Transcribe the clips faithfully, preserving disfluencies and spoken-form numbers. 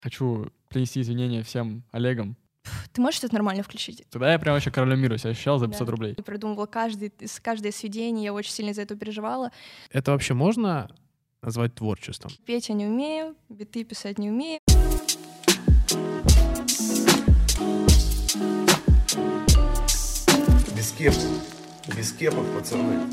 Хочу принести извинения всем Олегам. Ты можешь это нормально включить? Тогда я прям вообще королем мира себя ощущал за пятьсот Да. рублей. Я продумывала каждый, каждое сведение, я очень сильно за это переживала. Это вообще можно назвать творчеством? Петь я не умею, биты писать не умею. Без кепок. Без кепок, пацаны.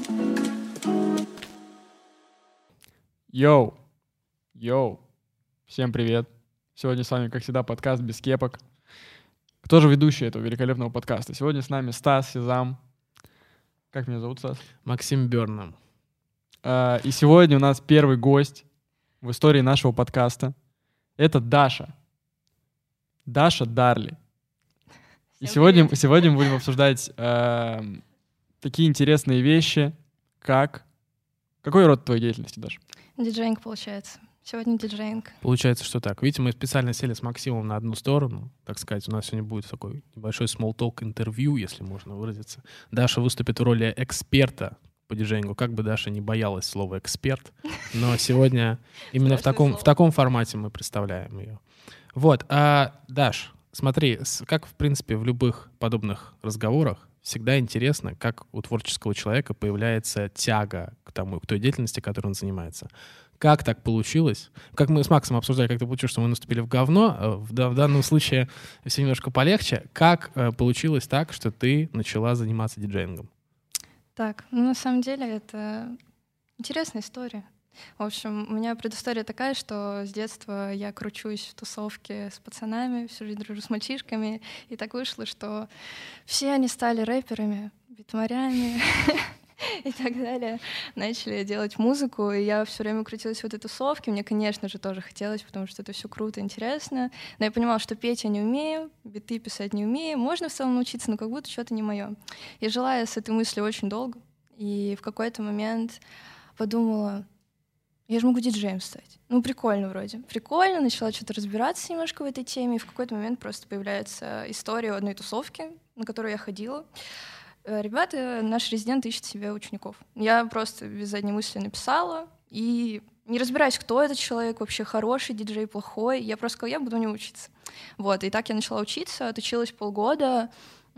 Йоу! Йоу! Всем привет! Сегодня с вами, как всегда, подкаст «Без кепок». Кто же ведущий этого великолепного подкаста? Сегодня с нами Стас Сезам. Как меня зовут, Стас? Максим Бёрнам. А, и сегодня у нас первый гость в истории нашего подкаста. Это Даша. Даша Дарли. И сегодня, сегодня мы будем обсуждать э, такие интересные вещи, как... Какой род твоей деятельности, Даша? Диджеинг, получается. Сегодня диджеинг. Получается, что так. Видите, мы специально сели с Максимом на одну сторону. Так сказать, у нас сегодня будет такой небольшой small talk интервью, если можно выразиться. Даша выступит в роли эксперта по диджеингу. Как бы Даша не боялась слова «эксперт», но сегодня именно в таком, в таком формате мы представляем ее. Вот. А, Даш, смотри, как, в принципе, в любых подобных разговорах всегда интересно, как у творческого человека появляется тяга к тому, к той деятельности, которой он занимается. Как так получилось? Как мы с Максом обсуждали, как так получилось, что мы наступили в говно. В, в данном случае все немножко полегче. Как э, получилось так, что ты начала заниматься диджеингом? Так, ну на самом деле это интересная история. В общем, у меня предыстория такая, что с детства я кручусь в тусовке с пацанами, всю жизнь дружу с мальчишками, и так вышло, что все они стали рэперами, битмарями и так далее, начали делать музыку, и я все время крутилась в этой тусовке. Мне, конечно же, тоже хотелось, потому что это все круто, интересно. Но я понимала, что петь я не умею, биты писать не умею. Можно в целом научиться, но как будто что-то не мое. И жила я с этой мыслью очень долго, и в какой-то момент подумала, я же могу диджеем стать. Ну, прикольно вроде. Прикольно, начала что-то разбираться немножко в этой теме, и в какой-то момент просто появляется история одной тусовки, на которую я ходила. Ребята, наш резидент ищет себе учеников. Я просто без задней мысли написала, и не разбираясь, кто этот человек, вообще хороший диджей, плохой, я просто сказала, я буду у него учиться. Вот, и так я начала учиться, отучилась полгода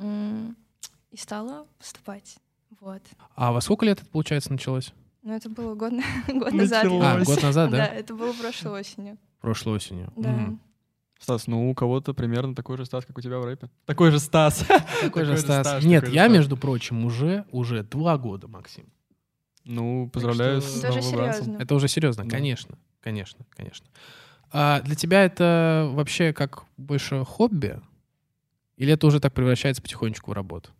и стала поступать. Вот. А во сколько лет это, получается, началось? Ну, это было год, год назад. А, год назад, да? Да, это было прошлой осенью. Прошлой осенью. Да. Угу. Стас, ну у кого-то примерно такой же Стас, как у тебя в рэпе. Такой же Стас. Такой же Стас. Нет, я, между прочим, уже уже два года, Максим. Ну, поздравляю с новобранцем. Это уже серьезно, конечно, конечно, конечно. А для тебя это вообще как больше хобби? Или это уже так превращается потихонечку в работу?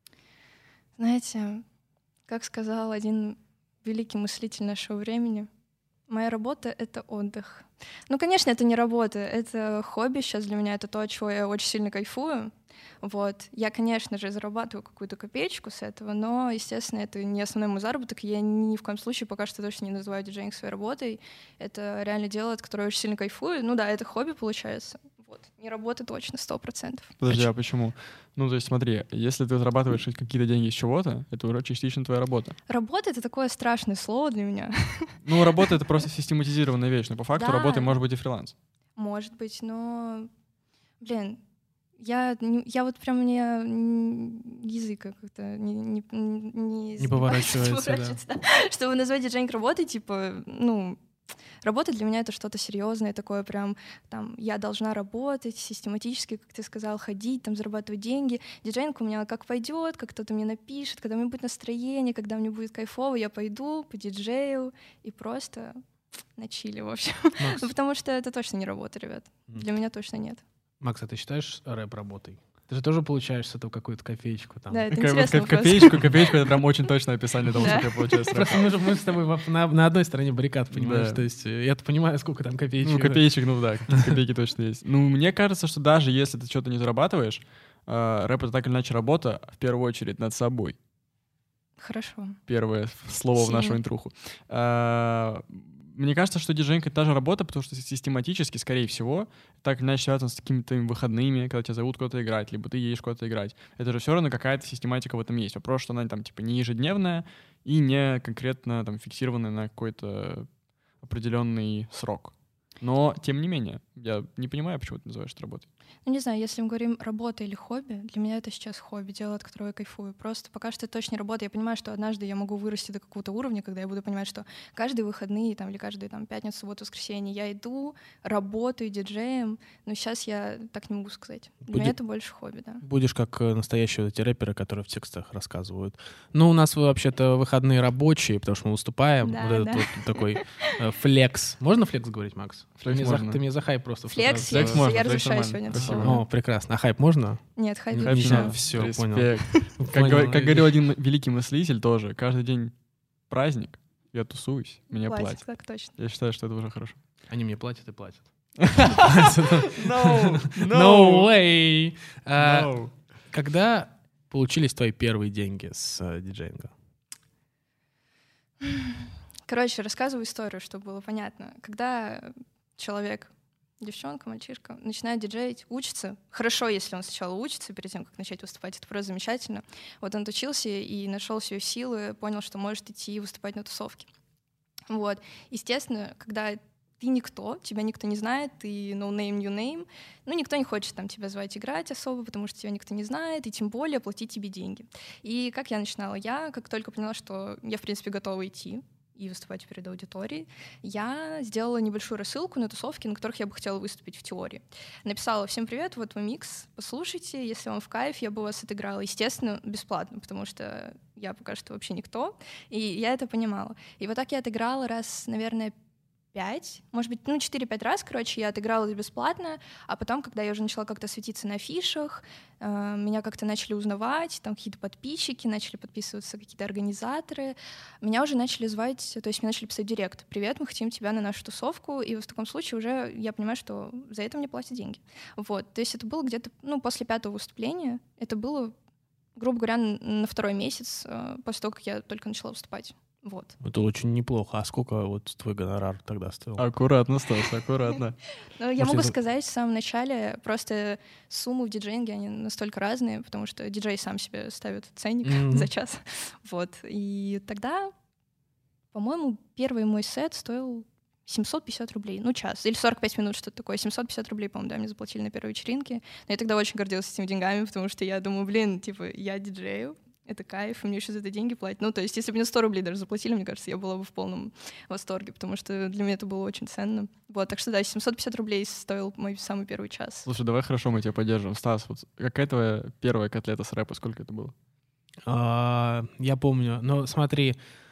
Знаете, как сказал один великий мыслитель нашего времени, моя работа — это отдых. Ну, конечно, это не работа, это хобби сейчас для меня, это то, от чего я очень сильно кайфую. Вот. Я, конечно же, зарабатываю какую-то копеечку с этого, но, естественно, это не основной мой заработок. Я ни в коем случае пока что точно не называю диджеинг своей работой. Это реально дело, от которого я очень сильно кайфую. Ну да, это хобби получается. Вот. Не работа точно, сто процентов. Подожди, а почему? Ну, то есть смотри, если ты зарабатываешь какие-то деньги с чего-то, это уже частично твоя работа. Работа — это такое страшное слово для меня. Ну, работа — это просто систематизированная вещь, но по факту Да. работой может быть и фриланс. Может быть, но, блин, я, не- я вот прям мне м, языка как-то не, не, не, Не поворачивается, да. Чтобы назвать диджеинг работой, типа, ну, работа для меня — это что-то серьезное, такое прям, там, я должна работать систематически, как ты сказал, ходить, там, зарабатывать деньги. Диджеинг у меня как пойдет, как кто-то мне напишет, когда у меня будет настроение, когда мне будет кайфово, я пойду по диджею и просто на чиле, в общем. Макс, Ну, потому что это точно не работа, ребят. Для меня точно нет. Макс, а ты считаешь рэп работой? Ты же тоже получаешь с этого какую-то копеечку там. Да, это Как- вот интересно. как копеечку, копеечку — это прям очень точное описание того, Да. сколько я получаю с рэпа. Просто мы же мы с тобой во- на, на одной стороне баррикад, понимаешь? Да. То есть э, я-то понимаю, сколько там копеечек. Ну, копеечек, ну да, какие-то копейки точно есть. Ну, мне кажется, что даже если ты что-то не зарабатываешь, э, рэп — это так или иначе работа, в первую очередь, над собой. Хорошо. Первое слово в Сильно. нашу интруху. А, Мне кажется, что диджеинг — это та же работа, потому что систематически, скорее всего, так или иначе связано с какими-то выходными, когда тебя зовут куда-то играть, либо ты едешь куда-то играть. Это же все равно какая-то систематика в этом есть. Вопрос, что она там типа не ежедневная и не конкретно там фиксированная на какой-то определенный срок. Но, тем не менее, Я не понимаю, почему ты называешь это работой. Ну, не знаю, если мы говорим работа или хобби, для меня это сейчас хобби, дело, от которого я кайфую. Просто пока что это точно не работа. Я понимаю, что однажды я могу вырасти до какого-то уровня, когда я буду понимать, что каждые выходные там, или каждую там, пятницу, субботу, воскресенье я иду, работаю диджеем, но сейчас я так не могу сказать. Для Будет... меня это больше хобби, да. Будешь как настоящие вот эти рэперы, которые в текстах рассказывают. Ну, у нас вообще-то выходные рабочие, потому что мы выступаем. Да, вот этот да. вот такой э, флекс. Можно флекс говорить, Макс? Флекс ты, мне можно. за, ты мне за хайп просто... Флекс, сразу- я, Флекс можно, я флекс разрешаю нормально. сегодня это Спасибо. слово. О, прекрасно. А хайп можно? Нет, хайп Не- я не обещаю. надо. Всё, понял. Респект. Как, Понял, говор- как видишь. говорил один м- великий мыслитель тоже, каждый день праздник, я тусуюсь, мне Платит, платят. так точно. Я считаю, что это уже хорошо. Они мне платят и платят. No, No way! А, no. Когда получились твои первые деньги с э, диджеинга? Короче, рассказываю историю, чтобы было понятно. Когда человек, девчонка, мальчишка, начинает диджеить, учится, хорошо, если он сначала учится, перед тем, как начать выступать, это просто замечательно. Вот он учился и нашел себе силы, понял, что может идти выступать на тусовке. Вот. Естественно, когда ты никто, тебя никто не знает, ты no name, new name, ну, никто не хочет там тебя звать играть особо, потому что тебя никто не знает, и тем более платить тебе деньги. И как я начинала? Я, как только поняла, что я, в принципе, готова идти и выступать перед аудиторией, я сделала небольшую рассылку на тусовки, на которых я бы хотела выступить в теории. Написала: всем привет, вот мой микс, послушайте, если вам в кайф, я бы вас отыграла. Естественно, бесплатно, потому что я пока что вообще никто, и я это понимала. И вот так я отыграла раз, наверное, пять, может быть, ну, четыре-пять раз, короче, я отыгралась бесплатно, а потом, когда я уже начала как-то светиться на афишах, э, меня как-то начали узнавать, там какие-то подписчики, начали подписываться какие-то организаторы, меня уже начали звать, то есть мне начали писать в директ: привет, мы хотим тебя на нашу тусовку, и в таком случае уже я понимаю, что за это мне платят деньги. Вот, то есть это было где-то, ну, после пятого выступления, это было, грубо говоря, на второй месяц э, после того, как я только начала выступать. Вот. Это очень неплохо. А сколько вот твой гонорар тогда стоил? Аккуратно, Стас, аккуратно. Ну, я Может, могу это- сказать в самом начале, просто суммы в диджеинге, они настолько разные, потому что диджей сам себе ставит ценник Мгм. за час. Вот. И тогда, по-моему, первый мой сет стоил семьсот пятьдесят рублей, ну, час, или сорок пять минут, что-то такое. семьсот пятьдесят рублей, по-моему, да, мне заплатили на первой вечеринке. Но я тогда очень гордилась этими деньгами, потому что я думаю, блин, типа, я диджею, это кайф, и мне еще за это деньги платят. Ну, то есть, если бы мне сто рублей даже заплатили, мне кажется, я была бы в полном восторге, потому что для меня это было очень ценно. Вот, так что да, семьсот пятьдесят рублей стоил мой самый первый час. Слушай, давай хорошо, мы тебя поддержим. Стас, вот какая твоя первая котлета с рэпа, сколько это было? А, я помню. Но смотри,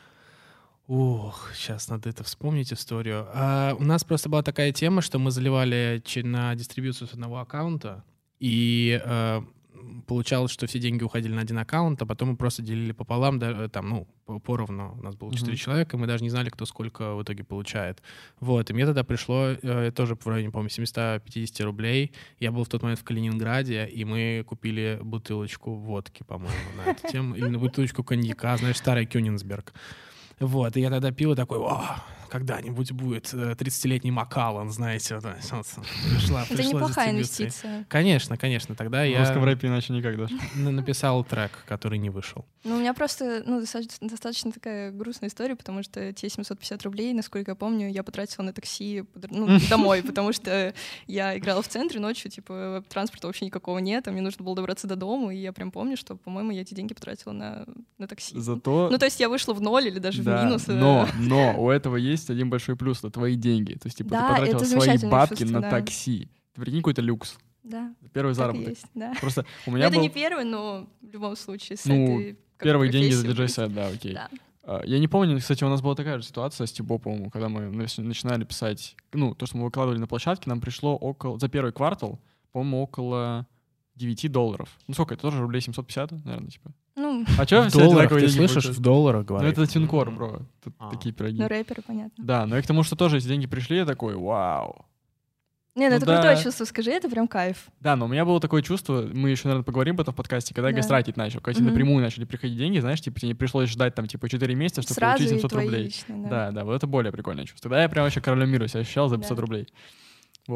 ух, сейчас надо это вспомнить историю. А, у нас просто была такая тема, что мы заливали че- на дистрибьюцию с одного аккаунта, и а, получалось, что все деньги уходили на один аккаунт, а потом мы просто делили пополам, да, там, ну, по- поровну. У нас было четыре Мгм. человека, и мы даже не знали, кто сколько в итоге получает. Вот, и мне тогда пришло э, тоже в районе, по-моему, семьсот пятьдесят рублей. Я был в тот момент в Калининграде, и мы купили бутылочку водки, по-моему, на эту тему, или на бутылочку коньяка, знаешь, старый Кёнигсберг. Вот, и я тогда пил и такой: о, когда-нибудь будет э, тридцатилетний Макаллан, знаете, вот, вот, пришла, Это пришла неплохая дистрибьюция. инвестиция. Конечно, конечно, тогда В я русском рэпе иначе никак даже. н- написал трек, который не вышел. Ну, у меня просто ну, достаточно, достаточно такая грустная история, потому что те семьсот пятьдесят рублей, насколько я помню, я потратила на такси ну, домой, потому что я играла в центре ночью, типа транспорта вообще никакого нет, а мне нужно было добраться до дома, и я прям помню, что, по-моему, я эти деньги потратила на, на такси. Зато... Ну, то есть я вышла в ноль или даже Да, в минус. э. но, но у этого есть один большой плюс, это твои деньги. То есть, типа, Да, ты потратила это свои замечательное бабки чувство, на да. такси. Ты прикинь, какой-то люкс. Да, Первый так и заработок. есть, да. Просто у Но меня это был не первый, но в любом случае с Ну, этой как первые деньги за профессией диджей-сет, быть. да, окей. Да. А, Я не помню, кстати, у нас была такая же ситуация с Тибо, по-моему, когда мы нач- начинали писать, ну, то, что мы выкладывали на площадке, нам пришло около, за первый квартал, по-моему, около девять долларов. Ну, сколько, это тоже рублей семьсот пятьдесят, наверное, типа. Ну, А чё В все долларах, одинаковые ты деньги слышишь? получают? В долларах, Ну, говорят. это Тинкор, бро. Тут А. такие пироги. ну, рэперы, понятно. Да, но и к тому, что тоже эти деньги пришли, я такой, вау. Не, ну Ну это да. крутое чувство, скажи, это прям кайф. Да, но у меня было такое чувство, мы еще, наверное, поговорим об этом в подкасте, когда я Да. гастратить начал, когда тебе Мгм. напрямую начали приходить деньги, знаешь, типа тебе не пришлось ждать там типа четыре месяца, чтобы Сразу получить и семьсот твои рублей. личные, да. Да, да, вот это более прикольное чувство. Тогда я прям вообще королем мира себя ощущал за пятьсот Да. рублей. Вот.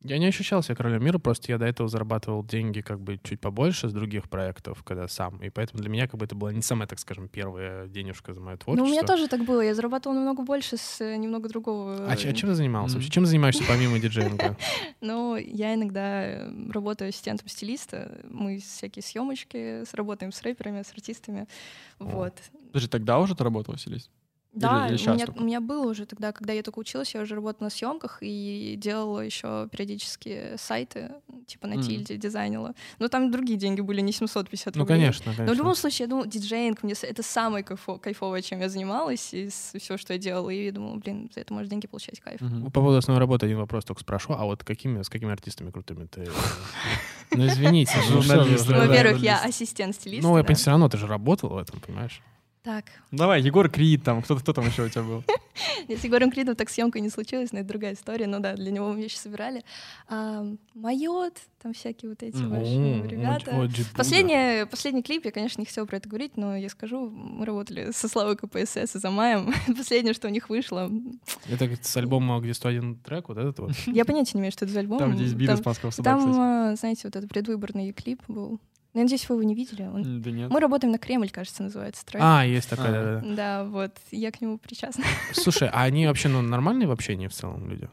Я не ощущал себя королем мира, просто я до этого зарабатывал деньги как бы чуть побольше с других проектов, когда сам. И поэтому для меня как бы это была не самая, так скажем, первая денежка за мое творчество. Ну, у меня тоже так было. Я зарабатывала намного больше с немного другого. А, ч- а чем ты занимался вообще? Чем занимаешься помимо диджеинга? Ну, я иногда работаю ассистентом стилиста. Мы всякие съемочки, работаем с рэперами, с артистами. Вот. Подожди, тогда уже ты работала стилист? Да, или у, щас меня, только? у меня было уже тогда, когда я только училась, я уже работала на съемках и делала еще периодически сайты, типа на Мгм. тильде дизайнила. Но там другие деньги были, не семьсот пятьдесят Ну, рублей. конечно, Но в конечно. любом случае, я думала, диджеинг, мне с- это самое кайфо- кайфовое, чем я занималась, и все, что я делала. И я думала, блин, за это можно деньги получать, кайф. Мгм. По поводу основной работы один вопрос только спрошу. А вот какими, с какими артистами крутыми ты... Ну, извините. ну, что вы, Журналист, да, да. Во-первых, я журналист. ассистент стилиста. Ну, я да. понимаю, все равно ты же работал в этом, понимаешь? Так, Ну, давай, Егор Крид, там, кто, кто там еще у тебя был? с Егором Кридом так съемка не случилась, но это другая история. Ну да, для него мы вещи собирали. А, Майот, там всякие вот эти М. ваши О, ребята. вот Джибуда. Последний, последний клип, я, конечно, не хотела про это говорить, но я скажу, мы работали со Славой КПСС и Замаем. Последнее, что у них вышло. Это с альбома, где сто один трек, вот этот вот? Я понятия не имею, что это за альбом. Там, где есть бит Там- испанского суда, Там, кстати. а, знаете, вот этот предвыборный клип был. Я надеюсь, вы его не видели. Он- М, Да нет. Мы работаем на Кремль, кажется, называется трек. А, есть такая, А. да-да-да. Да, вот, я к нему причастна. Слушай, а они вообще ну, нормальные в общении в целом люди?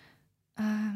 А,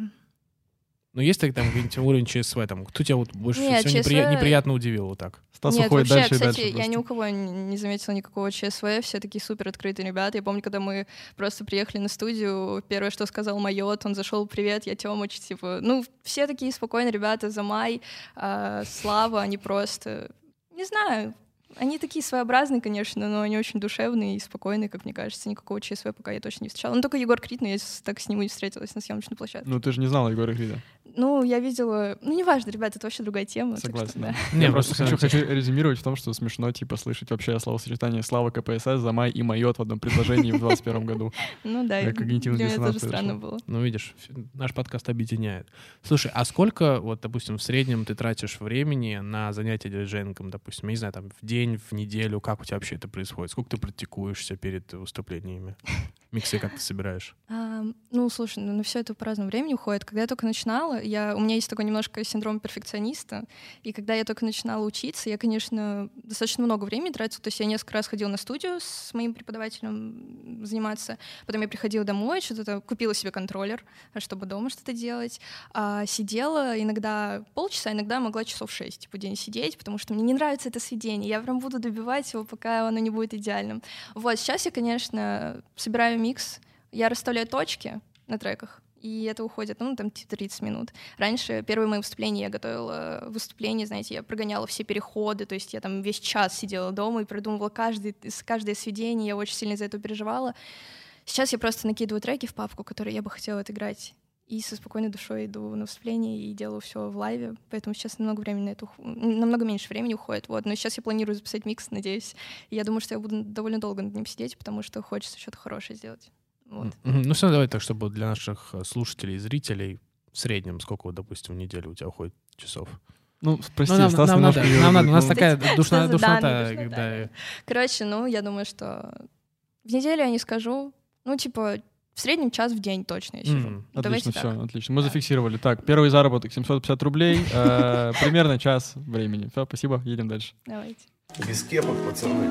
Ну, есть так там где-нибудь уровень ЧСВ, там, кто тебя вот больше Нет, всего неприя- ЧСВ неприятно удивил вот так? Стас Нет, уходит вообще, дальше и кстати, дальше я просто. ни у кого не не заметила никакого ЧСВ, все такие супер открытые ребята. Я помню, когда мы просто приехали на студию, первое, что сказал Майот, он зашел, привет, я Тёмыч, типа, ну, все такие спокойные ребята, Замай, а, Слава, они просто, не знаю, они такие своеобразные, конечно, но они очень душевные и спокойные, как мне кажется. Никакого ЧСВ пока я точно не встречала. Ну, только Егор Крид, но я с- так с ним и встретилась на съемочной площадке. Ну, ты же не знала Егора Крида. Ну, я видела... Ну, неважно, ребята, это вообще другая тема. так что Согласен, да. да. Не, Я просто просто хочу, хочу резюмировать в том, что смешно, типа, слышать вообще словосочетание «Слава КПСС», «Замай» и «Майот» в одном предложении в двадцать первом году. Ну да, Я и когнитивный для меня тоже диссонанс странно совершил. было. Ну, видишь, ф- наш подкаст объединяет. Слушай, а сколько, вот, допустим, в среднем ты тратишь времени на занятия диджеингом, допустим, я не знаю, там, в день, в неделю, как у тебя вообще это происходит? Сколько ты практикуешься перед выступлениями? Миксы как ты собираешь? А, ну, слушай, ну, на все это по-разному времени уходит. Когда я только начинала, я, у меня есть такой немножко синдром перфекциониста, и когда я только начинала учиться, я, конечно, достаточно много времени тратила. То есть я несколько раз ходила на студию с моим преподавателем заниматься, потом я приходила домой, что-то там, купила себе контроллер, чтобы дома что-то делать, а, сидела иногда полчаса, иногда могла часов шесть типа, в день сидеть, потому что мне не нравится это сведение, я прям буду добивать его, пока оно не будет идеальным. Вот, сейчас я, конечно, собираю микс, я расставляю точки на треках, и это уходит, ну, там, типа тридцать минут. Раньше, первые мои выступления, я готовила выступления, знаете, я прогоняла все переходы, то есть я там весь час сидела дома и продумывала каждый, каждое сведение, я очень сильно из-за этого переживала. Сейчас я просто накидываю треки в папку, которые я бы хотела отыграть, и со спокойной душой иду на выступление и делаю все в лайве, поэтому сейчас намного времени на это ух... намного меньше времени уходит, вот. Но сейчас я планирую записать микс, надеюсь, и я думаю, что я буду довольно долго над ним сидеть, потому что хочется что-то хорошее сделать. Вот. Мгм. Ну, все, давай так, чтобы для наших э, слушателей и зрителей в среднем сколько, вот, допустим, в неделю у тебя уходит часов? Ну, прости, Ну, нам, Стас нам немножко надо, её нам надо, у нас ну, такая Что душна, за душнота, данные, душнота, когда... да. Короче, ну, я думаю, что в неделю я не скажу, ну, типа, в среднем час в день точно я сижу. М, Давайте Отлично, так. все, отлично. Мы Да. зафиксировали. Так, первый заработок семьсот пятьдесят рублей, э, примерно час времени. Все, спасибо, едем дальше. Давайте. Без кепок, пацаны.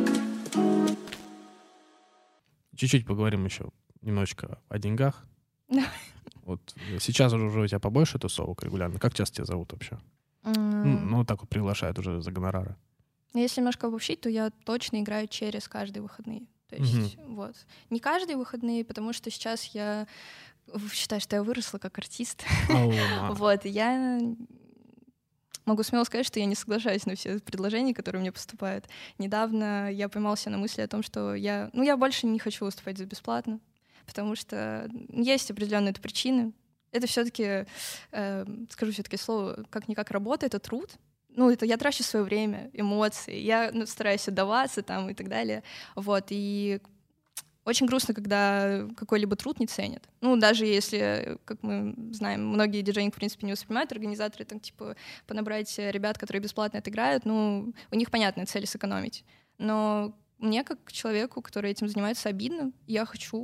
Чуть-чуть поговорим еще немножечко о деньгах. Давай. Вот сейчас уже, уже у тебя побольше тусовок регулярно. Как часто тебя зовут вообще? Ну, М, ну, вот так вот приглашают уже за гонорары. Если немножко обобщить, то я точно играю через каждые выходные. То есть, вот. Не каждые выходные, потому что сейчас я считаю, что я выросла как артист. Оу, ма. Вот, и я могу смело сказать, что я не соглашаюсь на все предложения, которые мне поступают. Недавно я поймала себя на мысли о том, что я, ну, я больше не хочу выступать за бесплатно, потому что есть определенные это причины. Это все-таки, э, скажу все-таки слово, как-никак работа, это труд. Ну, это я трачу свое время, эмоции, я ну, стараюсь отдаваться там и так далее. Вот, и очень грустно, когда какой-либо труд не ценят. Ну, даже если, как мы знаем, многие диджеинг, в принципе, не воспринимают, организаторы, там, типа, понабрать ребят, которые бесплатно отыграют, ну, у них понятная цель — сэкономить. Но мне, как человеку, который этим занимается, обидно. Я хочу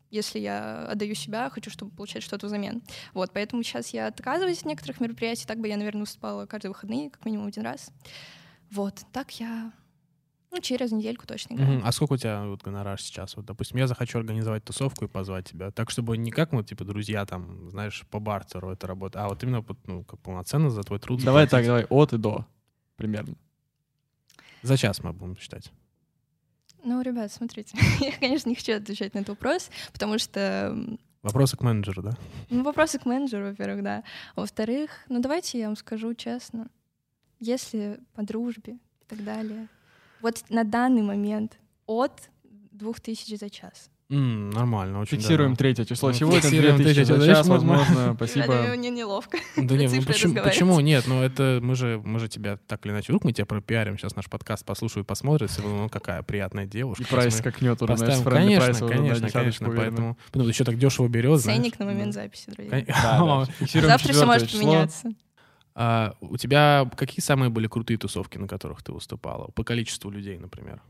Если я отдаю себя, хочу, чтобы получать что-то взамен. Вот, поэтому сейчас я отказываюсь от некоторых мероприятий, так бы я, наверное, выступала каждые выходные, как минимум один раз. Вот, так я, ну, через недельку точно играю. Мгм. А сколько у тебя вот гонорар сейчас? Вот, допустим, я захочу организовать тусовку и позвать тебя, так, чтобы не как мы, типа, друзья, там, знаешь, по бартеру это работает, а вот именно, вот, ну, как полноценно за твой труд. Давай заплатить. так, давай, от и до, примерно. За час мы будем считать. Ну, ребят, смотрите, я, конечно, не хочу отвечать на этот вопрос, потому что м, Вопросы к менеджеру, да? ну, вопросы к менеджеру, во-первых, да. А во-вторых, ну, давайте я вам скажу честно, если по дружбе и так далее, вот на данный момент от двух тысяч за час. М, нормально, очень Фиксируем даже. третье число Ну, сегодня, фиксируем две тысячи третье за число. час, Знаешь, можно- возможно, Ребята, спасибо. мне неловко. Да нет, ну цифры почему, разговаривать. почему нет? Ну это мы же, мы же тебя так или иначе, вдруг мы тебя пропиарим, сейчас наш подкаст послушают, посмотрят, и ну какая приятная девушка. И прайс Сейчас мы скакнет уже, знаешь, поставим. с friendly Конечно, прайса уже на конечно, десяточку, конечно, уверенно. поэтому ну, еще так дешево берет, знаешь. Ценник на момент Ну, записи, друзья. кон- Да, да, фиксируем Завтра все четвёртое может число. поменяться. А у тебя какие самые были крутые тусовки, на которых ты выступала? По количеству людей, например.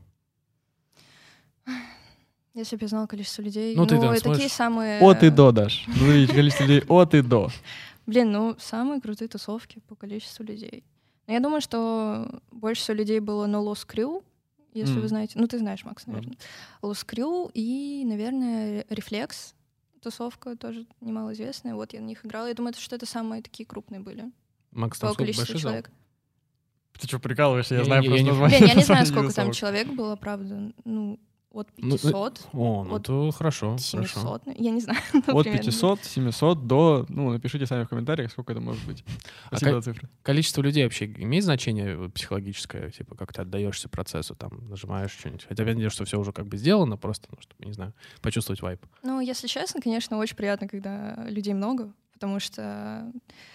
Если бы я знала количество людей. Ну, Ну, ты там и смотришь. такие самые... От и до, Даш. Смотрите, количество людей от и до. Блин, ну, самые крутые тусовки по количеству людей. Но я думаю, что больше всего людей было на Lost Crew, если М. вы знаете. Ну, ты знаешь, Макс, Да. наверное. Lost Crew и, наверное, Reflex. Тусовка тоже немалоизвестная. Вот я на них играла. Я думаю, что это самые такие крупные были. Макс, По там сколько количеству большой зал? человек. Ты что, прикалываешься? Я Я- знаю я- просто я не- название. Блин, я не знаю, название сколько там тусовок. человек было, правда. Ну, от Ну, пятисот, О, ну От то хорошо, хорошо. семисот. Я не знаю. ну, От примерно. пятисот, семисот до... Ну, напишите сами в комментариях, сколько это может быть. А Спасибо как- за цифры. Количество людей вообще имеет значение вот, психологическое, типа, как ты отдаешься процессу, там, нажимаешь что-нибудь? Хотя я надеюсь, что все уже как бы сделано, просто, ну, чтобы, не знаю, почувствовать вайб. Ну, если честно, конечно, очень приятно, когда людей много, потому что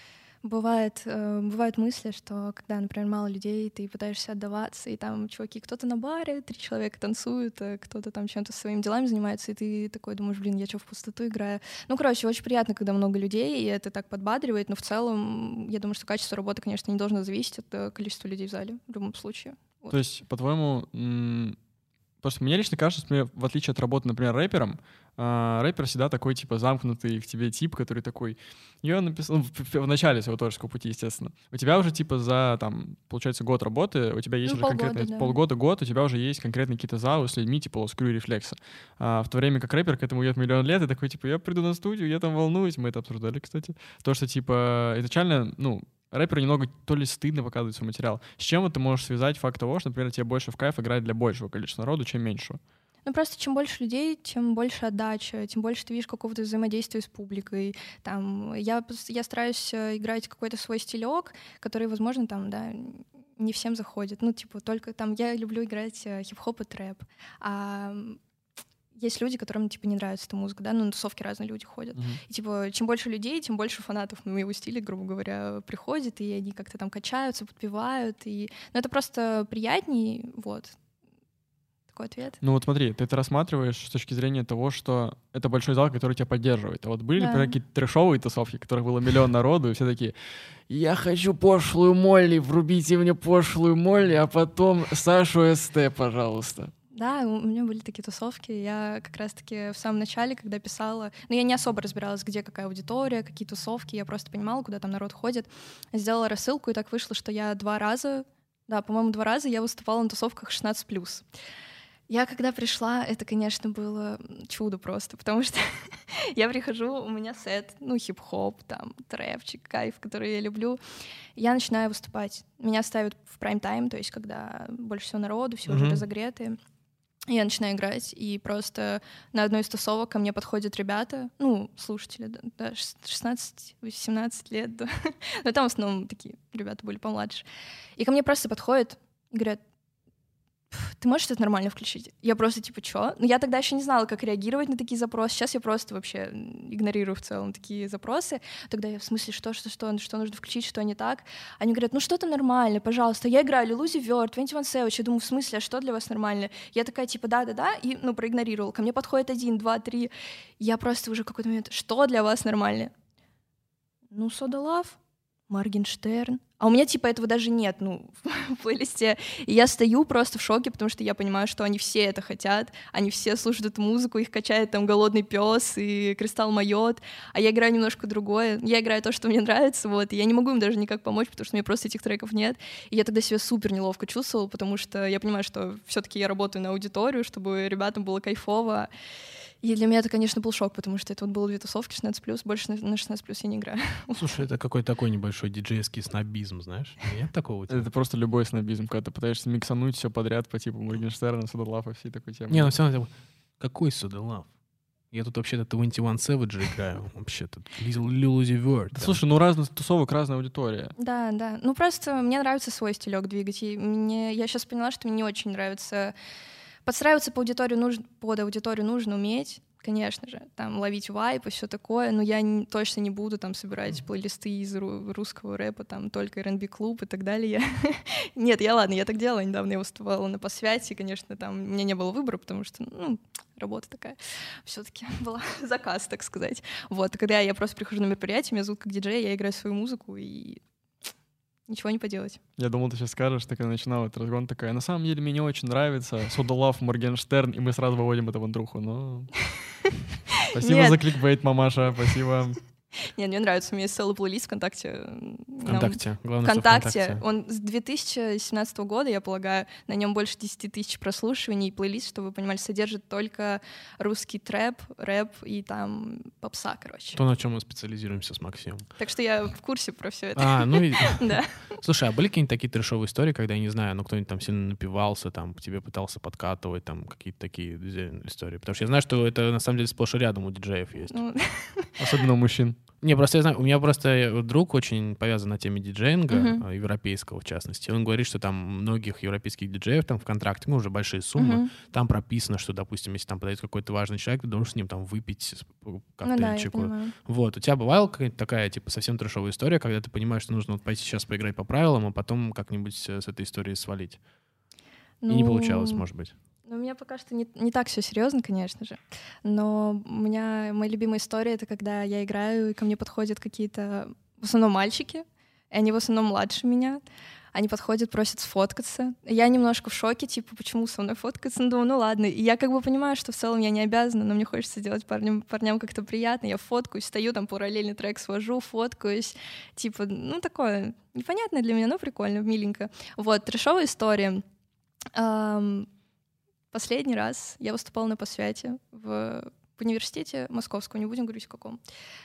бывает, э, бывают мысли, что когда, например, мало людей, ты пытаешься отдаваться, и там, чуваки, кто-то на баре, три человека танцуют, а кто-то там чем-то своими делами занимается, и ты такой думаешь, блин, я что, в пустоту играю? Ну, короче, очень приятно, когда много людей, и это так подбадривает, но в целом, я думаю, что качество работы, конечно, не должно зависеть от э, количества людей в зале в любом случае. Вот. То есть, по-твоему, м, просто мне лично кажется, что, например, в отличие от работы, например, рэпером, а, рэпер всегда такой, типа, замкнутый в тебе тип, который такой, я написал, ну, в, в- в начале своего творческого пути, естественно. У тебя уже, типа, за, там, получается, год работы, у тебя есть Ну, уже полгода, конкретно, да. полгода, год, у тебя уже есть конкретные какие-то залы с людьми, типа, Lost Crew и Reflex. А, в то время как рэпер к этому идет миллион лет, и такой, типа, я приду на студию, я там волнуюсь, мы это обсуждали, кстати. То, что, типа, изначально, ну, рэперу немного то ли стыдно показывать свой материал. С чем вот ты можешь связать факт того, что, например, тебе больше в кайф играть для большего количества народу, чем меньшего? Ну, просто чем больше людей, тем больше отдача, тем больше ты видишь какого-то взаимодействия с публикой. Там, я, пос- я стараюсь э, играть какой-то свой стилек, который, возможно, там, да, не всем заходит. Ну, типа, только там я люблю играть э, хип-хоп и трэп. А м, есть люди, которым, типа, не нравится эта музыка, да, ну, на тусовки разные люди ходят. И, типа, чем больше людей, тем больше фанатов моего стиля, грубо говоря, приходит, и они как-то там качаются, подпевают. И... Ну, это просто приятней, вот. Такой ответ. Ну вот смотри, ты это рассматриваешь с точки зрения того, что это большой зал, который тебя поддерживает. А вот были, Да. например, какие-то трэшовые тусовки, в которых было миллион народу, и все такие, я хочу пошлую Молли, врубите мне пошлую Молли, а потом Сашу СТ, пожалуйста. Да, у меня были такие тусовки. Я как раз-таки в самом начале, когда писала... Ну, я не особо разбиралась, где какая аудитория, какие тусовки. Я просто понимала, куда там народ ходит. Сделала рассылку, и так вышло, что я два раза... Да, по-моему, два раза я выступала на тусовках шестнадцать плюс. Я когда пришла, это, конечно, было чудо просто, потому что я прихожу, у меня сет, ну, хип-хоп, там, трэпчик, кайф, который я люблю. Я начинаю выступать. Меня ставят в прайм-тайм, то есть когда больше всего народу, все уже Мгм. разогретые. Я начинаю играть, и просто на одной из тусовок ко мне подходят ребята, ну, слушатели, да, да, шестнадцать-восемнадцать лет, да. Но там в основном такие ребята были помладше. И ко мне просто подходят и говорят, ты можешь это нормально включить? Я просто типа, чё? Ну, я тогда еще не знала, как реагировать на такие запросы. Сейчас я просто вообще игнорирую в целом такие запросы. Тогда я в смысле, что, что, что, что нужно включить, что не так? Они говорят, ну что-то нормально, пожалуйста. Я играю Лилузи Верт, двадцать один Savage. Я думаю, в смысле, а что для вас нормально? Я такая, типа, да-да-да, и, ну, проигнорировала. Ко мне подходит один, два, три. Я просто уже в какой-то момент, что для вас нормально? Ну, Soda Love, Моргенштерн, А у меня, типа, этого даже нет, ну, в плейлисте. И я стою просто в шоке, потому что я понимаю, что они все это хотят, они все слушают эту музыку, их качает там «Голодный пес» и «Кристалл Майот», а я играю немножко другое. Я играю то, что мне нравится, вот, и я не могу им даже никак помочь, потому что у меня просто этих треков нет. И я тогда себя супер неловко чувствовала, потому что я понимаю, что все-таки я работаю на аудиторию, чтобы ребятам было кайфово. И для меня это, конечно, был шок, потому что это вот было две тусовки шестнадцать плюс, больше на шестнадцать плюс я не играю. Слушай, это какой-то такой небольшой диджейский снобизм, знаешь? Нет такого у тебя? Это просто любой снобизм, когда ты пытаешься миксануть все подряд по типу Моргенштерна, Судолафа, всей такой темы. Не, ну все равно, какой Судолав? Я тут вообще-то двадцать один Savage играю, вообще-то Lil Uzi Vert. Да, слушай, ну разных тусовок, разная аудитория. Да, да. Ну просто мне нравится свой стилек двигать. И мне, я сейчас поняла, что мне не очень нравится. Подстраиваться по аудиторию нужно, под аудиторию нужно уметь, конечно же, там ловить вайп и все такое, но я не, точно не буду там собирать плейлисты из ру, русского рэпа, там только эр энд би-клуб и так далее. Нет, я ладно, я так делала, недавно я выступала на посвяти, конечно, там у меня не было выбора, потому что, ну, работа такая все-таки была, заказ, так сказать. Вот, и когда я просто прихожу на мероприятие, меня зовут как диджей, я играю свою музыку, и ничего не поделать. Я думал, ты сейчас скажешь, ты когда начинала этот разгон, такая, на самом деле мне не очень нравится Судолав, Моргенштерн, и мы сразу выводим это в Андруху, но... Спасибо за кликбейт, мамаша, спасибо. Нет, мне нравится, у меня есть целый плейлист ВКонтакте. ВКонтакте, главное, ВКонтакте. ВКонтакте. Он с две тысячи семнадцатого года, я полагаю, на нем больше десять тысяч прослушиваний, и плейлист, чтобы вы понимали, содержит только русский трэп, рэп и там попса, короче. То, на чем мы специализируемся с Максимом. Так что я в курсе про все это. А, ну и... Да. Слушай, а были какие-нибудь такие трешовые истории, когда, я не знаю, ну кто-нибудь там сильно напивался, там, к тебе пытался подкатывать, там, какие-то такие истории? Потому что я знаю, что это, на самом деле, сплошь и рядом у диджеев есть. Ну, Особенно у мужчин. Не, просто я знаю, у меня просто друг очень повязан на теме диджеинга, Мгм. европейского в частности. Он говорит, что там многих европейских диджеев там в контракте, ну, уже большие суммы, мгм. там прописано, что, допустим, если там подойдет какой-то важный человек, ты должен с ним там выпить Ну да, я коктейльчик. понимаю. Вот, у тебя бывала какая-то такая, типа, совсем трешовая история, когда ты понимаешь, что нужно вот пойти сейчас поиграть по правилам, а потом как-нибудь э, с этой историей свалить? И не Ну, получалось, может быть. Ну, у меня пока что не, не так все серьезно, конечно же. Но у меня моя любимая история — это когда я играю, и ко мне подходят какие-то, в основном мальчики, и они в основном младше меня. Они подходят, просят сфоткаться. Я немножко в шоке, типа, почему со мной фоткаться? Ну, думаю, ну ладно. И я как бы понимаю, что в целом я не обязана, но мне хочется сделать парням, парням как-то приятно. Я фоткаюсь, стою там, параллельный трек свожу, фоткаюсь. Типа, ну, такое непонятное для меня, но прикольно, миленько. Вот, трешовая история. Ам, Последний раз я выступала на посвяте в, в университете московском, не будем говорить в каком.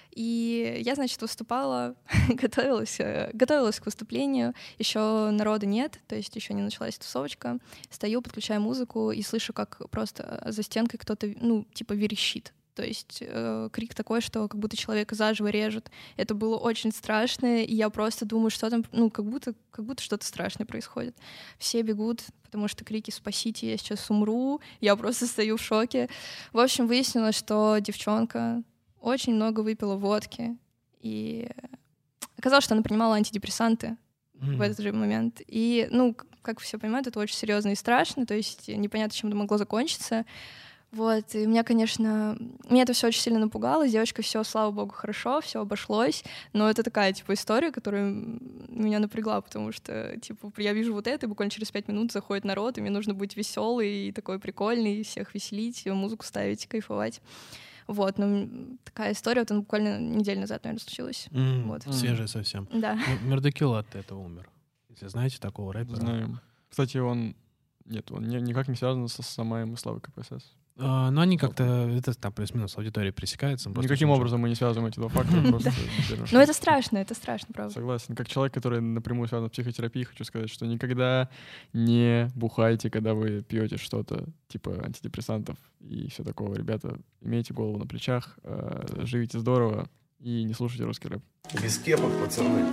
И я, значит, выступала, готовилась, э, готовилась к выступлению. Еще народа нет, то есть еще не началась тусовочка. Стою, подключаю музыку и слышу, как просто за стенкой кто-то, ну, типа верещит. То есть э, крик такой, что как будто человека заживо режут. Это было очень страшно, и я просто думаю, что там, ну, как будто, как будто что-то страшное происходит. Все бегут, потому что крики «спасите, я сейчас умру», я просто стою в шоке. В общем, выяснилось, что девчонка очень много выпила водки, и оказалось, что она принимала антидепрессанты Mm. в этот же момент. И, ну, как все понимают, это очень серьезно и страшно, то есть непонятно, чем это могло закончиться. Вот, и меня, конечно, меня это все очень сильно напугало. С девочкой все, слава богу, хорошо, все обошлось. Но это такая, типа, история, которая меня напрягла, потому что, типа, я вижу вот это, и буквально через пять минут заходит народ, и мне нужно быть веселый и такой прикольный, всех веселить, музыку ставить, кайфовать. Вот, ну, такая история, вот она буквально неделю назад, наверное, случилась. Mm. Вот. Свежая совсем. Да. Мердокило от этого умер. Если знаете такого рэпера. Знаем. Кстати, он... Нет, он ни- никак не связан со Самаем и Славой КПСС. А, но они как-то, это там плюс-минус аудитория пресекается. просто Никаким очень образом мы не связываем эти два факта. просто теперь уж- Ну, это страшно, это страшно, правда. Согласен. Как человек, который напрямую связан с психотерапией, хочу сказать, что никогда не бухайте, когда вы пьете что-то типа антидепрессантов и все такого. Ребята, имейте голову на плечах, э, живите здорово и не слушайте русский рэп. Без кепок, пацаны.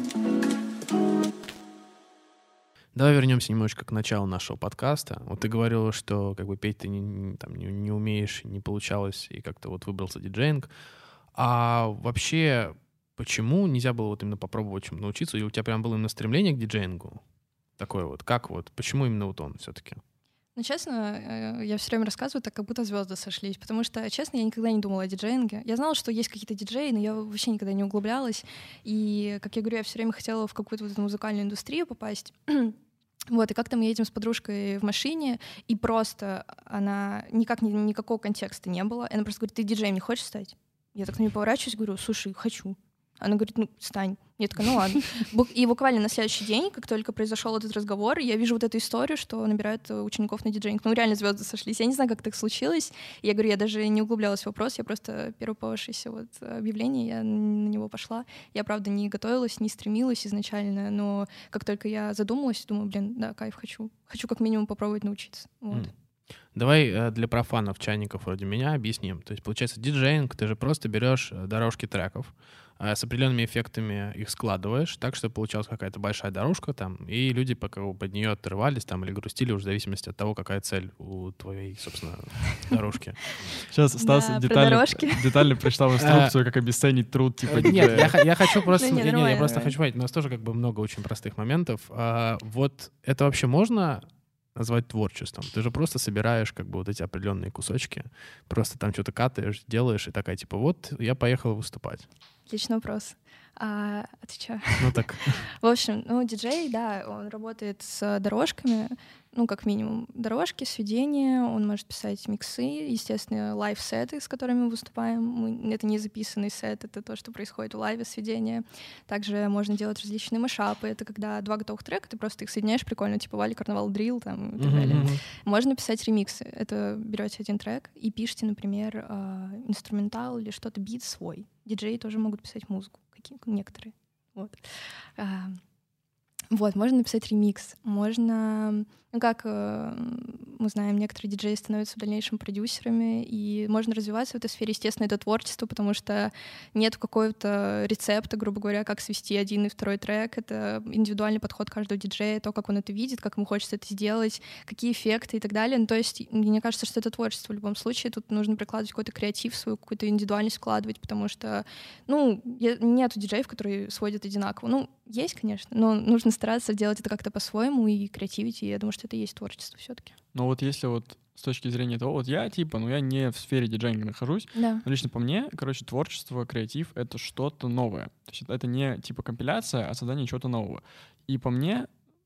Давай вернемся немножечко к началу нашего подкаста. Вот ты говорила, что как бы петь ты не, не, там, не, не умеешь, не получалось, и как-то вот выбрался диджеинг. А вообще, почему нельзя было вот именно попробовать чем научиться? И у тебя прям было именно стремление к диджеингу? Такое вот, как вот, почему именно вот он все-таки? Ну, честно, я все время рассказываю так, как будто звезды сошлись, потому что, честно, я никогда не думала о диджеинге. Я знала, что есть какие-то диджеи, но я вообще никогда не углублялась. И, как я говорю, я все время хотела в какую-то вот эту музыкальную индустрию попасть. Вот, и как-то мы едем с подружкой в машине, и просто она... Никак, ни, никакого контекста не было. Она просто говорит: ты диджеем не хочешь стать? Я так на нее поворачиваюсь, говорю: слушай, хочу. Она говорит: ну, стань. Я такая: ну ладно. И буквально на следующий день, как только произошел этот разговор, я вижу вот эту историю, что набирают учеников на диджеинг. Ну, реально звезды сошлись. Я не знаю, как так случилось. Я говорю, я даже не углублялась в вопрос, я просто первое попавшееся вот объявление, я на него пошла. Я, правда, не готовилась, не стремилась изначально, но как только я задумалась, думаю: блин, да, кайф, хочу. Хочу как минимум попробовать научиться. Вот. Mm. Давай э, для профанов, чайников вроде меня объясним. То есть, получается, диджеинг, ты же просто берешь дорожки треков, э, с определенными эффектами их складываешь, так, чтобы получалась какая-то большая дорожка там, и люди пока под нее отрывались там или грустили, уже в зависимости от того, какая цель у твоей, собственно, дорожки. Сейчас Стас детально прочитал инструкцию, как обесценить труд типа диджея. Нет, я хочу просто... Я просто хочу понять, у нас тоже как бы много очень простых моментов. Вот это вообще можно назвать творчеством? Ты же просто собираешь как бы вот эти определенные кусочки, просто там что-то катаешь, делаешь, и такая типа: вот, я поехала выступать. Отличный вопрос. А, отвечаю. Ну так. В общем, ну, диджей, да, он работает с дорожками, ну, как минимум, дорожки, сведения, он может писать миксы, естественно, лайв-сеты, с которыми мы выступаем. Мы, это не записанный сет, это то, что происходит в лайве, сведения. Также можно делать различные мешапы. Это когда два готовых трека, ты просто их соединяешь прикольно, типа Вали, Карнавал, Дрил там, и так далее. Mm-hmm. Можно писать ремиксы. Это берете один трек и пишете, например, инструментал или что-то, бит свой. Диджеи тоже могут писать музыку, какие некоторые. Вот. Вот, можно написать ремикс, можно, ну как э, мы знаем, некоторые диджеи становятся в дальнейшем продюсерами, и можно развиваться в этой сфере. Естественно, это творчество, потому что нет какого-то рецепта, грубо говоря, как свести один и второй трек. Это индивидуальный подход каждого диджея, то, как он это видит, как ему хочется это сделать, какие эффекты и так далее. Ну, то есть мне кажется, что это творчество в любом случае. Тут нужно прикладывать какой-то креатив, свою какую-то индивидуальность вкладывать, потому что, ну, нету диджеев, которые сводят одинаково. Ну, есть, конечно, но нужно стараться делать это как-то по-своему и креативить, и я думаю, что это и есть творчество все-таки. Ну вот если вот с точки зрения того, вот я типа, ну я не в сфере диджеинга нахожусь, да. но лично по мне, короче, творчество, креатив — это что-то новое. То есть это не типа компиляция, а создание чего-то нового. И по мне,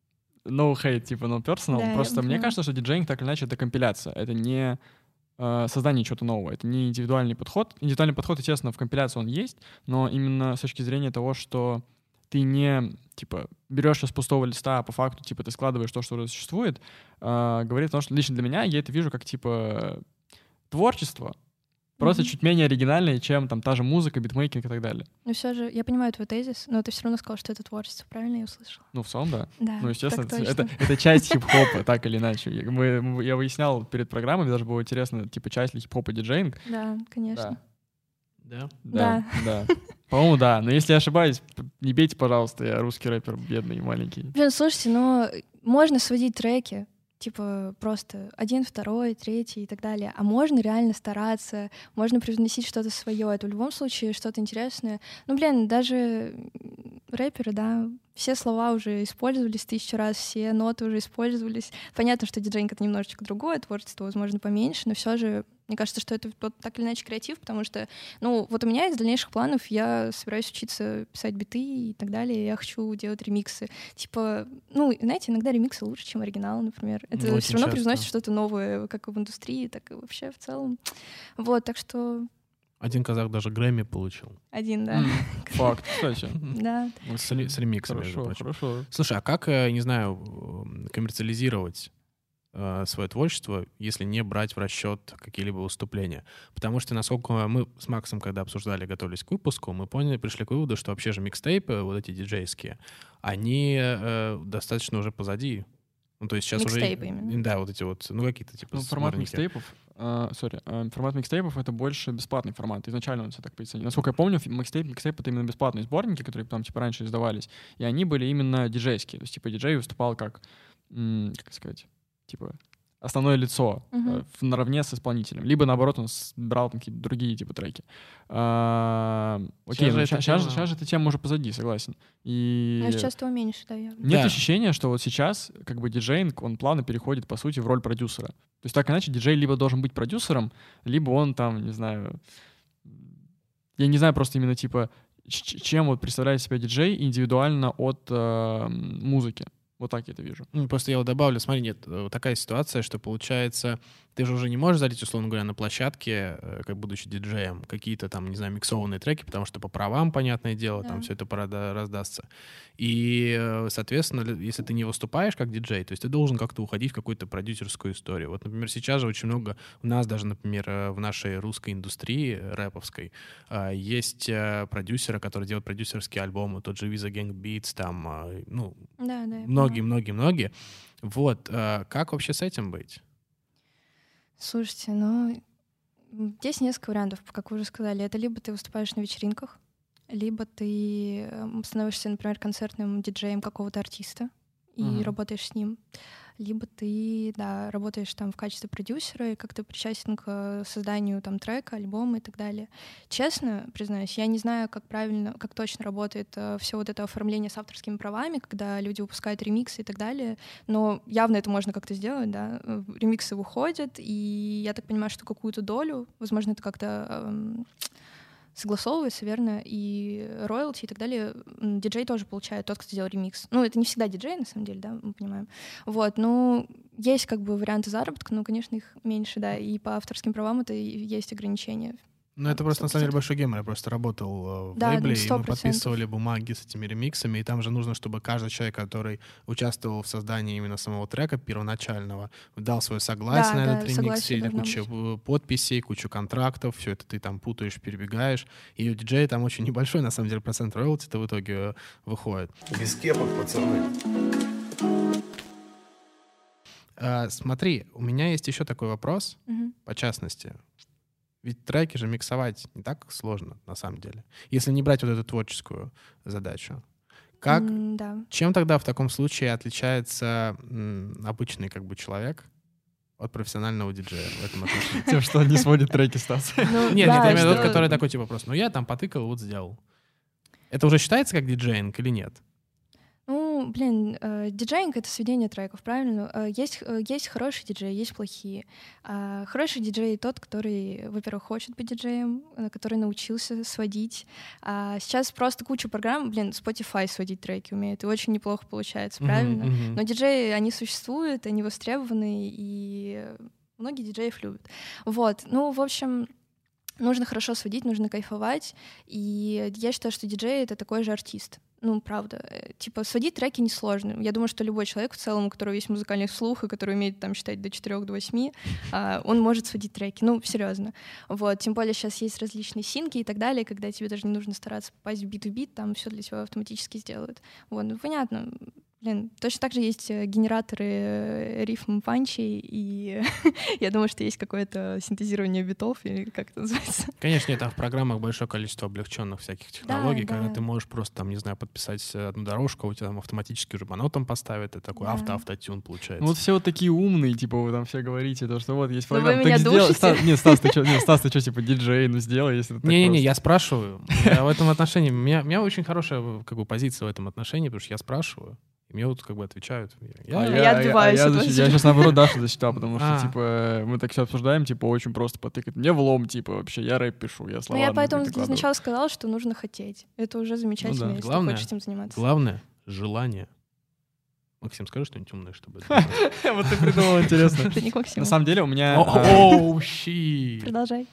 no hate, типа no personal, да, просто мне кажется, что диджеинг так или иначе это компиляция, это не э, создание чего-то нового, это не индивидуальный подход. Индивидуальный подход, естественно, в компиляции он есть, но именно с точки зрения того, что ты не, типа, берешь из пустого листа, а по факту, типа, ты складываешь то, что уже существует, э, говорит о том, что лично для меня я это вижу как, типа, творчество, просто mm-hmm. чуть менее оригинальное, чем там та же музыка, битмейкинг и так далее. Ну все же, я понимаю твой тезис, но ты все равно сказал, что это творчество, правильно я услышала? Ну, в целом, да. Да, ну, естественно, это, это, это часть хип-хопа, так или иначе. Мы, мы, я выяснял перед программой, даже было интересно, типа, часть ли хип-хопа диджеинг. Да, конечно. Да. Да? Да, да. По-моему, да. Но если я ошибаюсь, не бейте, пожалуйста, я русский рэпер, бедный, маленький. Блин, слушайте, ну, можно сводить треки, типа просто один, второй, третий и так далее. А можно реально стараться, можно привносить что-то свое. Это в любом случае что-то интересное. Ну, блин, даже рэперы, да, все слова уже использовались тысячу раз, все ноты уже использовались. Понятно, что диджейнг — это немножечко другое, творчество, возможно, поменьше, но все же мне кажется, что это вот так или иначе креатив, потому что, ну, вот у меня из дальнейших планов я собираюсь учиться писать биты и так далее, я хочу делать ремиксы. Типа, ну, знаете, иногда ремиксы лучше, чем оригинал, например. Это ну, все равно часто. Привносит что-то новое, как в индустрии, так и вообще в целом. Вот, так что... Один казах даже Грэмми получил. Один, да. Mm, факт, кстати. Да. С, с ремиксом, хорошо, хорошо. Слушай, а как, не знаю, коммерциализировать э, свое творчество, если не брать в расчет какие-либо выступления? Потому что, насколько мы с Максом, когда обсуждали, готовились к выпуску, мы поняли, пришли к выводу, что вообще же микстейпы, вот эти диджейские, они э, достаточно уже позади. Ну, то есть сейчас микстейпы уже... именно. Да, вот эти вот, ну, какие-то типа... Ну, формат микстейпов, сори, uh, uh, формат микстейпов — это больше бесплатный формат. Изначально он все так позиционировал. Насколько я помню, микстейп, микстейп — это именно бесплатные сборники, которые там, типа, раньше издавались, и они были именно диджейские. То есть, типа, диджей выступал как, м- как сказать, типа... основное лицо Мгм. э, в- наравне с исполнителем. Либо, наоборот, он с- брал там какие-то другие типа треки. А, Окей, Щас же ну, эта сейчас, тема- сейчас же эта тема уже позади, согласен. И Но сейчас того меньше, да, явно. нет Да. ощущения, что вот сейчас как бы диджейнг, он плавно переходит, по сути, в роль продюсера. То есть так иначе диджей либо должен быть продюсером, либо он там, не знаю... Я не знаю просто именно типа, ч- чем вот представляет себя диджей индивидуально от э, музыки. Вот так я это вижу. Ну, просто я вот добавлю, смотри, нет, э, такая ситуация, что получается, ты же уже не можешь залить, условно говоря, на площадке, э, как будучи диджеем, какие-то там, не знаю, миксованные треки, потому что по правам, понятное дело, там Да. все это прода- раздастся. И, э, соответственно, ли- если ты не выступаешь как диджей, то есть ты должен как-то уходить в какую-то продюсерскую историю. Вот, например, сейчас же очень много, у нас даже, например, э, в нашей русской индустрии э, рэповской э, есть э, продюсеры, которые делают продюсерские альбомы, тот же Visa Gang Beats, там, э, ну, Да, да. я многие-многие-многие. Вот, э, как вообще с этим быть? Слушайте, ну, м, здесь несколько вариантов, как вы уже сказали. Это либо ты выступаешь на вечеринках, либо ты эм, становишься, например, концертным диджеем какого-то артиста и Мгм. работаешь с ним. Либо ты, да, работаешь там в качестве продюсера и как-то причастен к созданию там трека, альбома и так далее. Честно признаюсь, я не знаю, как правильно, как точно работает все вот это оформление с авторскими правами, когда люди выпускают ремиксы и так далее, но явно это можно как-то сделать, да. Э, Ремиксы выходят, и я так понимаю, что какую-то долю, возможно, это как-то эм, согласовывается, верно, и роялти и так далее, м, диджей тоже получает, тот, кто сделал ремикс. Ну, это не всегда диджей, на самом деле, да, мы понимаем. Вот, ну, есть как бы варианты заработка, но, конечно, их меньше, да, и по авторским правам это и есть ограничения. Ну, это Да, просто, на сто самом деле, процентов. большой гемор. Я просто работал э, в Да, лейбле, и сто мы процентов. подписывали бумаги с этими ремиксами, и там же нужно, чтобы каждый человек, который участвовал в создании именно самого трека первоначального, дал свое согласие Да, на да, этот ремикс, согласие или должно куча э, подписей, кучу контрактов, все это ты там путаешь, перебегаешь, и у диджея там очень небольшой, на самом деле, процент роялти-то в итоге э, выходит. Без кепок, пацаны. А, смотри, у меня есть еще такой вопрос, Мгм. по частности. Ведь треки же миксовать не так сложно, на самом деле. Если не брать вот эту творческую задачу. Как, М, Да. чем тогда в таком случае отличается м, обычный как бы человек от профессионального диджея в этом отношении? Тем, что он не сводит треки, Стас. Ну, Нет, да, нет, я имею в виду, что- который такой типа просто, ну я там потыкал, вот сделал. Это уже считается как диджеинг или нет? Ну, блин, э, диджеинг — это сведение треков, правильно? Э, Есть, э, есть хорошие диджеи, есть плохие. А хороший диджей — тот, который, во-первых, хочет быть диджеем, э, который научился сводить. А сейчас просто куча программ, блин, Spotify сводить треки умеет, и очень неплохо получается, правильно? Мгм, мгм. Но диджеи, они существуют, они востребованы, и многие диджеев любят. Вот, ну, в общем, нужно хорошо сводить, нужно кайфовать, и я считаю, что диджей — это такой же артист. Ну, правда. Э, Типа, сводить треки несложно. Я думаю, что любой человек в целом, у которого есть музыкальный слух и который умеет там считать до четырёх, до восьми, а, он может сводить треки. Ну, серьезно. Вот. Тем более сейчас есть различные синки и так далее, когда тебе даже не нужно стараться попасть в бит в бит, там все для тебя автоматически сделают. Вот. Ну, понятно. Блин, точно так же есть э, генераторы э, рифм панчей, и я думаю, что есть какое-то синтезирование битов, или как это называется. Конечно, нет, там в программах большое количество облегченных всяких технологий, Да, когда да. ты можешь просто, там, не знаю, подписать одну дорожку, а у тебя там автоматически уже по нотам поставят, это такой Да. авто-автотюн получается. Ну вот все вот такие умные, типа, вы там все говорите, то, что вот есть Ну, вы программа. меня Так сделай- душите. Стас, нет, Стас, ты что, нет, Стас, ты что, типа, диджей, ну сделай, если это так Не-не-не, просто. я спрашиваю. Я в этом отношении, у меня, у меня очень хорошая как бы позиция в этом отношении, потому что я спрашиваю, и мне вот как бы отвечают. Я, А я я, отбиваюсь а я, от защи- вас. я сейчас наоборот Дашу засчитал, потому что, А. типа, мы так все обсуждаем, типа, очень просто потыкать. Мне влом, типа, вообще, я рэп пишу, я Ну, слова я могу поэтому прикладывать. сначала сказала, что нужно хотеть. Это уже замечательно, Ну да. если Главное- ты хочешь этим заниматься. Главное — желание. Максим, скажи что-нибудь умное, чтобы это... Вот ты придумал, интересно. Это не к Максиму. На самом деле у меня... О, а, Оу, щи! Продолжай.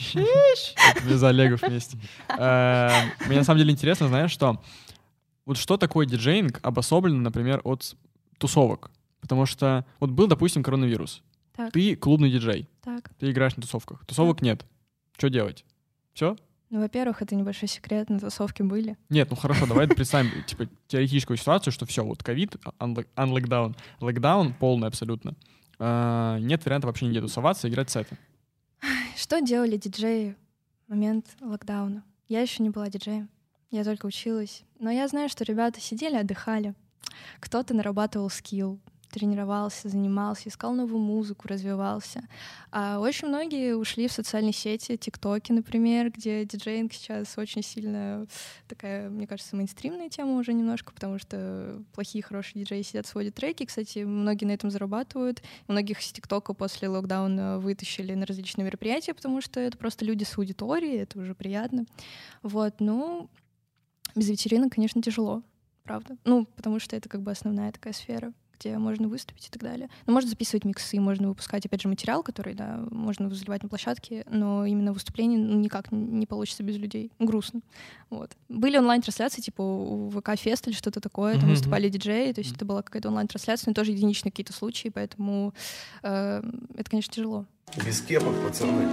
Без Олегов вместе. Э, Мне на самом деле интересно, знаешь, что вот что такое диджеинг обособлено, например, от тусовок? Потому что вот был, допустим, коронавирус. Так. Ты клубный диджей, Так. ты играешь на тусовках. Тусовок нет. Что делать? Все? Ну, во-первых, это небольшой секрет, на тусовке были. Нет, ну хорошо, давай представим, типа, теоретическую ситуацию, что все, вот ковид, unlockdown, локдаун полный абсолютно. А, нет варианта вообще нигде тусоваться, играть сеты. Что делали диджеи в момент локдауна? Я еще не была диджеем, я только училась. Но я знаю, что ребята сидели, отдыхали. Кто-то нарабатывал скилл, тренировался, занимался, искал новую музыку, развивался. А очень многие ушли в социальные сети, тиктоки, например, где диджеинг сейчас очень сильно такая, мне кажется, мейнстримная тема уже немножко, потому что плохие, хорошие диджеи сидят, сводят треки. Кстати, многие на этом зарабатывают. Многих с тиктока после локдауна вытащили на различные мероприятия, потому что это просто люди с аудиторией, это уже приятно. Вот, ну, без вечеринок, конечно, тяжело. Правда. Ну, потому что это как бы основная такая сфера, где можно выступить и так далее. Но можно записывать миксы, можно выпускать, опять же, материал, который, да, можно заливать на площадке, но именно выступление ну, никак не получится без людей. Грустно. Вот. Были онлайн-трансляции, типа у ВК-фест или что-то такое, там mm-hmm. выступали диджеи, то есть mm-hmm. это была какая-то онлайн-трансляция, но тоже единичные какие-то случаи, поэтому э, это, конечно, тяжело. Без кепок, пацаны.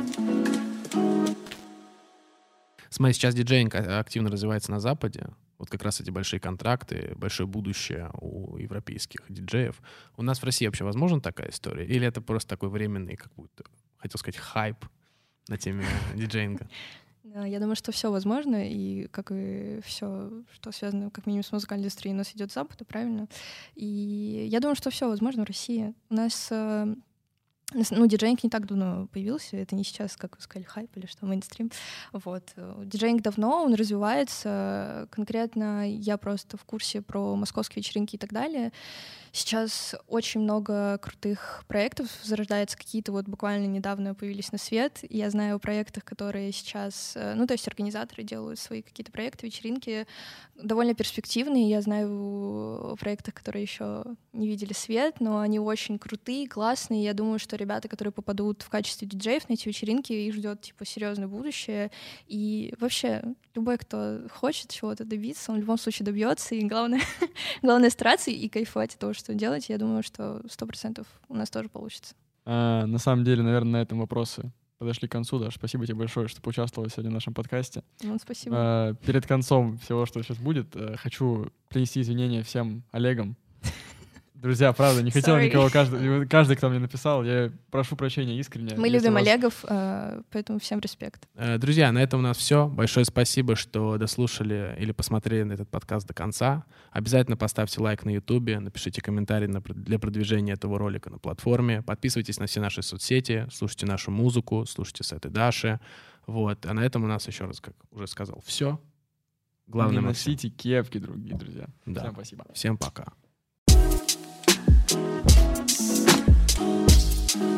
Смотри, сейчас диджеинг активно развивается на Западе. Вот как раз эти большие контракты, большое будущее у европейских диджеев. У нас в России вообще возможна такая история? Или это просто такой временный, как будто, хотел сказать, хайп на теме диджеинга? Я думаю, что все возможно, и как и все, что связано как минимум с музыкальной индустрией, у нас идет с Запада, правильно? И я думаю, что все возможно в России. У нас Ну, диджеинг не так давно появился, это не сейчас, как вы сказали, хайп или что, мейнстрим. Вот. Диджеинг давно, он развивается. Конкретно я просто в курсе про московские вечеринки и так далее. Сейчас очень много крутых проектов зарождается, какие-то вот буквально недавно появились на свет. Я знаю о проектах, которые сейчас, ну, то есть организаторы делают свои какие-то проекты, вечеринки довольно перспективные. Я знаю о проектах, которые еще не видели свет, но они очень крутые, классные. Я думаю, что ребята, которые попадут в качестве диджеев на эти вечеринки, их ждет типа серьезное будущее. И вообще любой, кто хочет чего-то добиться, он в любом случае добьется. И главное, главное стараться и кайфовать от того, что делать. Я думаю, что сто процентов у нас тоже получится. А, на самом деле, наверное, на этом вопросы подошли к концу. Даш, спасибо тебе большое, что поучаствовала сегодня в нашем подкасте. Ну, спасибо. А, перед концом всего, что сейчас будет, хочу принести извинения всем Олегам. Друзья, правда, не хотел Sorry. никого, каждый, каждый, кто мне написал, я прошу прощения искренне. Мы любим вас... Олегов, поэтому всем респект. Друзья, на этом у нас все. Большое спасибо, что дослушали или посмотрели на этот подкаст до конца. Обязательно поставьте лайк на Ютубе, напишите комментарий для продвижения этого ролика на платформе. Подписывайтесь на все наши соцсети, слушайте нашу музыку, слушайте сеты Даши. Вот. А на этом у нас, еще раз, как уже сказал, все. Главное, не носите кепки, другие друзья. Да. Всем спасибо. Всем пока.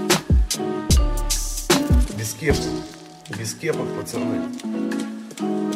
Без кепок, без кепок, пацаны.